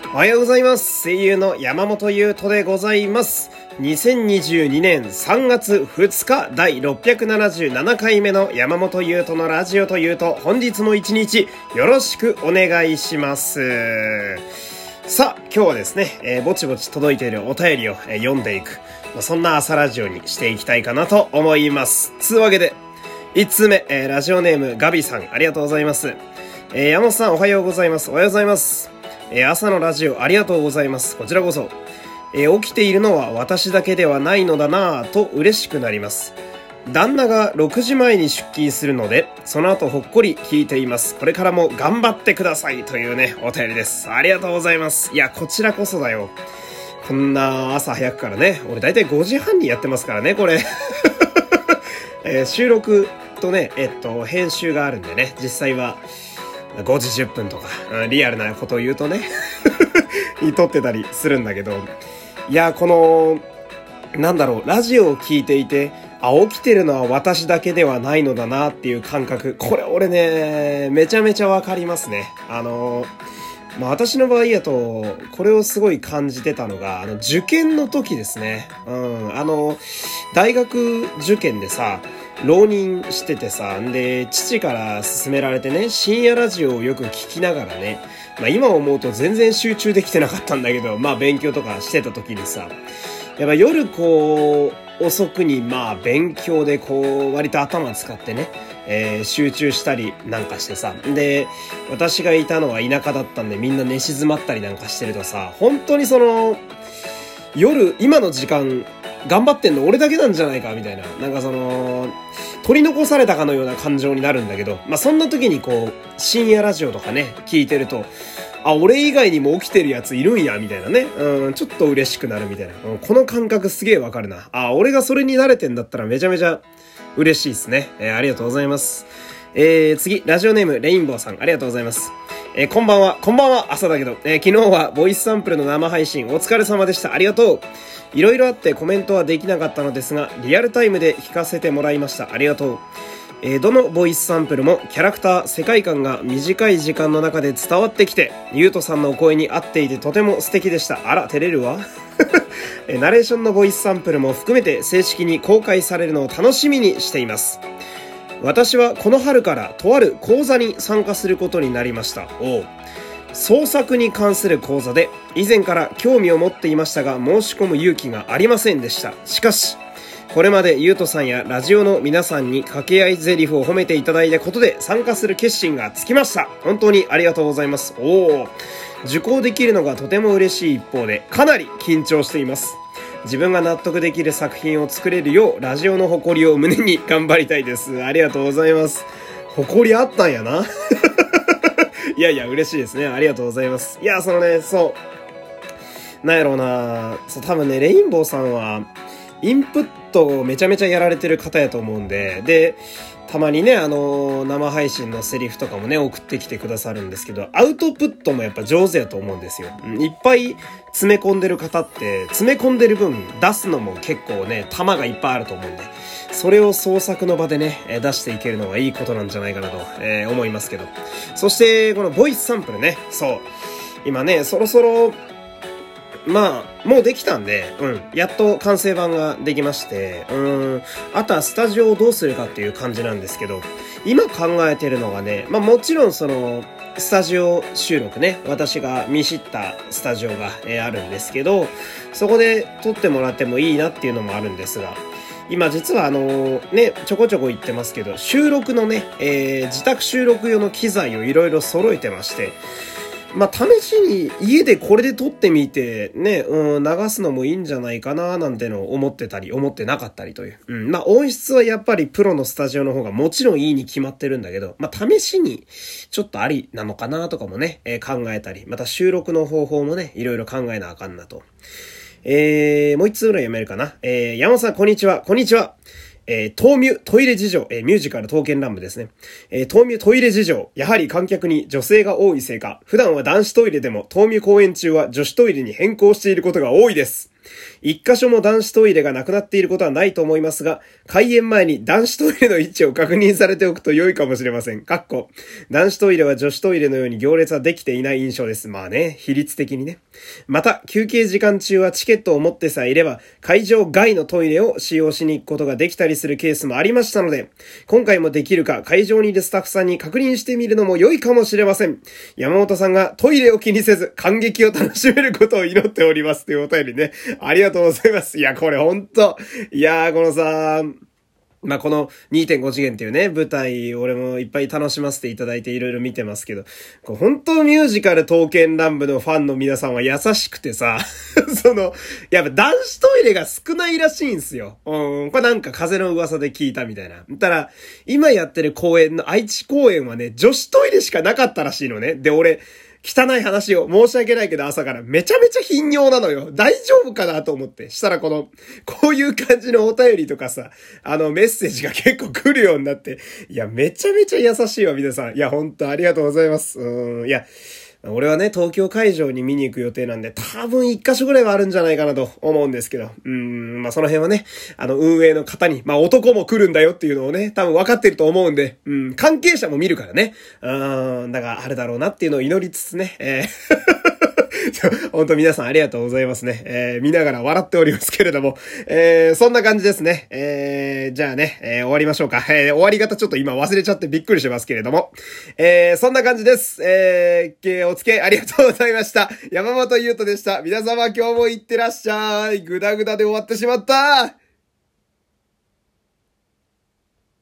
おはようございます。声優の山本優斗でございます。2022年3月2日第677回目の山本優斗のラジオというと、本日も一日よろしくお願いします。さあ、今日はですね、ぼちぼち届いているお便りを読んでいく、そんな朝ラジオにしていきたいかなと思います。つうわけで、1通目、ラジオネームガビさん、ありがとうございます。山本さんおはようございます。おはようございます。朝のラジオありがとうございます。こちらこそ。起きているのは私だけではないのだなぁと嬉しくなります。旦那が6時前に出勤するので、その後ほっこり聞いています。これからも頑張ってくださいというね、お便りです。ありがとうございます。いや、こちらこそだよ。こんな朝早くからね、俺だいたい5時半にやってますからね、これ。収録とね、編集があるんでね、実際は5時10分とか、リアルなことを言うとね、に撮ってたりするんだけど、いや、この、ラジオを聞いていて、起きてるのは私だけではないのだなっていう感覚。これ俺ね、めちゃめちゃわかりますね。私の場合やと、これをすごい感じてたのが、受験の時ですね。大学受験でさ、浪人しててさ、で、父から勧められてね、深夜ラジオをよく聞きながらね、今思うと全然集中できてなかったんだけど、勉強とかしてた時にさ、やっぱ夜遅くに勉強で割と頭使ってね、集中したりなんかしてさ、で、私がいたのは田舎だったんでみんな寝静まったりなんかしてるとさ、本当に夜、今の時間、頑張ってんの俺だけなんじゃないかみたいな、取り残されたかのような感情になるんだけど、そんな時に深夜ラジオとかね、聞いてると、俺以外にも起きてるやついるんや、みたいなね。ちょっと嬉しくなるみたいな。この感覚すげえわかるな。俺がそれに慣れてんだったらめちゃめちゃ嬉しいですね。ありがとうございます。次、ラジオネームレインボーさん、ありがとうございます。こんばんは、朝だけど、昨日はボイスサンプルの生配信お疲れ様でした。ありがとう。いろいろあってコメントはできなかったのですが、リアルタイムで聞かせてもらいました。ありがとう。どのボイスサンプルもキャラクター、世界観が短い時間の中で伝わってきて、ゆうとさんのお声に合っていてとても素敵でした。あら、照れるわ。ナレーションのボイスサンプルも含めて正式に公開されるのを楽しみにしています。私はこの春からとある講座に参加することになりました。創作に関する講座で、以前から興味を持っていましたが申し込む勇気がありませんでした。しかし、これまでゆうとさんやラジオの皆さんに掛け合いゼリフを褒めていただいたことで参加する決心がつきました。本当にありがとうございます。受講できるのがとても嬉しい一方で、かなり緊張しています。自分が納得できる作品を作れるよう、ラジオの誇りを胸に頑張りたいです。ありがとうございます。誇りあったんやな。いやいや、嬉しいですね。ありがとうございます。いや、なんやろうな、多分ね、レインボーさんは、インプットをめちゃめちゃやられてる方やと思うんで、たまにね、生配信のセリフとかもね、送ってきてくださるんですけど、アウトプットもやっぱ上手やと思うんですよ。いっぱい詰め込んでる方って、詰め込んでる分出すのも結構ね、玉がいっぱいあると思うんで、それを創作の場でね、出していけるのはいいことなんじゃないかなと、思いますけど。そして、このボイスサンプルね、今ね、そろそろ、もうできたんで、やっと完成版ができまして、あとはスタジオをどうするかっていう感じなんですけど、今考えてるのがね、もちろんスタジオ収録ね、私が見知ったスタジオが、あるんですけど、そこで撮ってもらってもいいなっていうのもあるんですが、今実はちょこちょこ言ってますけど、収録のね、自宅収録用の機材をいろいろ揃えてまして、試しに家でこれで撮ってみて、ね、流すのもいいんじゃないかな、なんてのを思ってたり、思ってなかったりという。音質はやっぱりプロのスタジオの方がもちろんいいに決まってるんだけど、試しにちょっとありなのかなとかもね、考えたり、また収録の方法もね、いろいろ考えなあかんなと。もう一通ぐらい読めるかな。山本さん、こんにちは。こんにちは。豆乳トイレ事情、ミュージカル刀剣乱舞ですね。豆乳トイレ事情、やはり観客に女性が多いせいか、普段は男子トイレでも豆乳公演中は女子トイレに変更していることが多いです。 一箇所も男子トイレがなくなっていることはないと思いますが、開園前に男子トイレの位置を確認されておくと良いかもしれません。男子トイレは女子トイレのように行列はできていない印象です。まあね、比率的にね。また、休憩時間中はチケットを持ってさえいれば、会場外のトイレを使用しに行くことができたりするケースもありましたので、今回もできるか会場にいるスタッフさんに確認してみるのも良いかもしれません。山本さんがトイレを気にせず感激を楽しめることを祈っておりますというお便りね。ありがとうございます。いや、これほんと、いやー、このさ、この 2.5 次元っていうね、舞台、俺もいっぱい楽しませていただいていろいろ見てますけど、本当ミュージカル刀剣乱舞のファンの皆さんは優しくてさ、やっぱ男子トイレが少ないらしいんすよ。これなんか風の噂で聞いたみたいな。ただ、今やってる公演の愛知公演はね、女子トイレしかなかったらしいのね。で、俺、汚い話を申し訳ないけど朝からめちゃめちゃ頻尿なのよ。大丈夫かなと思って。したらこういう感じのお便りとかさ、メッセージが結構来るようになって、いや、めちゃめちゃ優しいわ、皆さん。いや、ほんとありがとうございます。いや、俺はね、東京会場に見に行く予定なんで、多分一箇所ぐらいはあるんじゃないかなと思うんですけど、その辺はね、運営の方に、男も来るんだよっていうのをね、多分分かってると思うんで、関係者も見るからね、だからあるだろうなっていうのを祈りつつね、本当皆さんありがとうございますね。見ながら笑っておりますけれども、そんな感じですね。じゃあね、終わりましょうか。終わり方ちょっと今忘れちゃってびっくりしてますけれども、そんな感じです。お付き合いありがとうございました。山本優斗でした。皆様今日もいってらっしゃい。ぐだぐだで終わってしまった。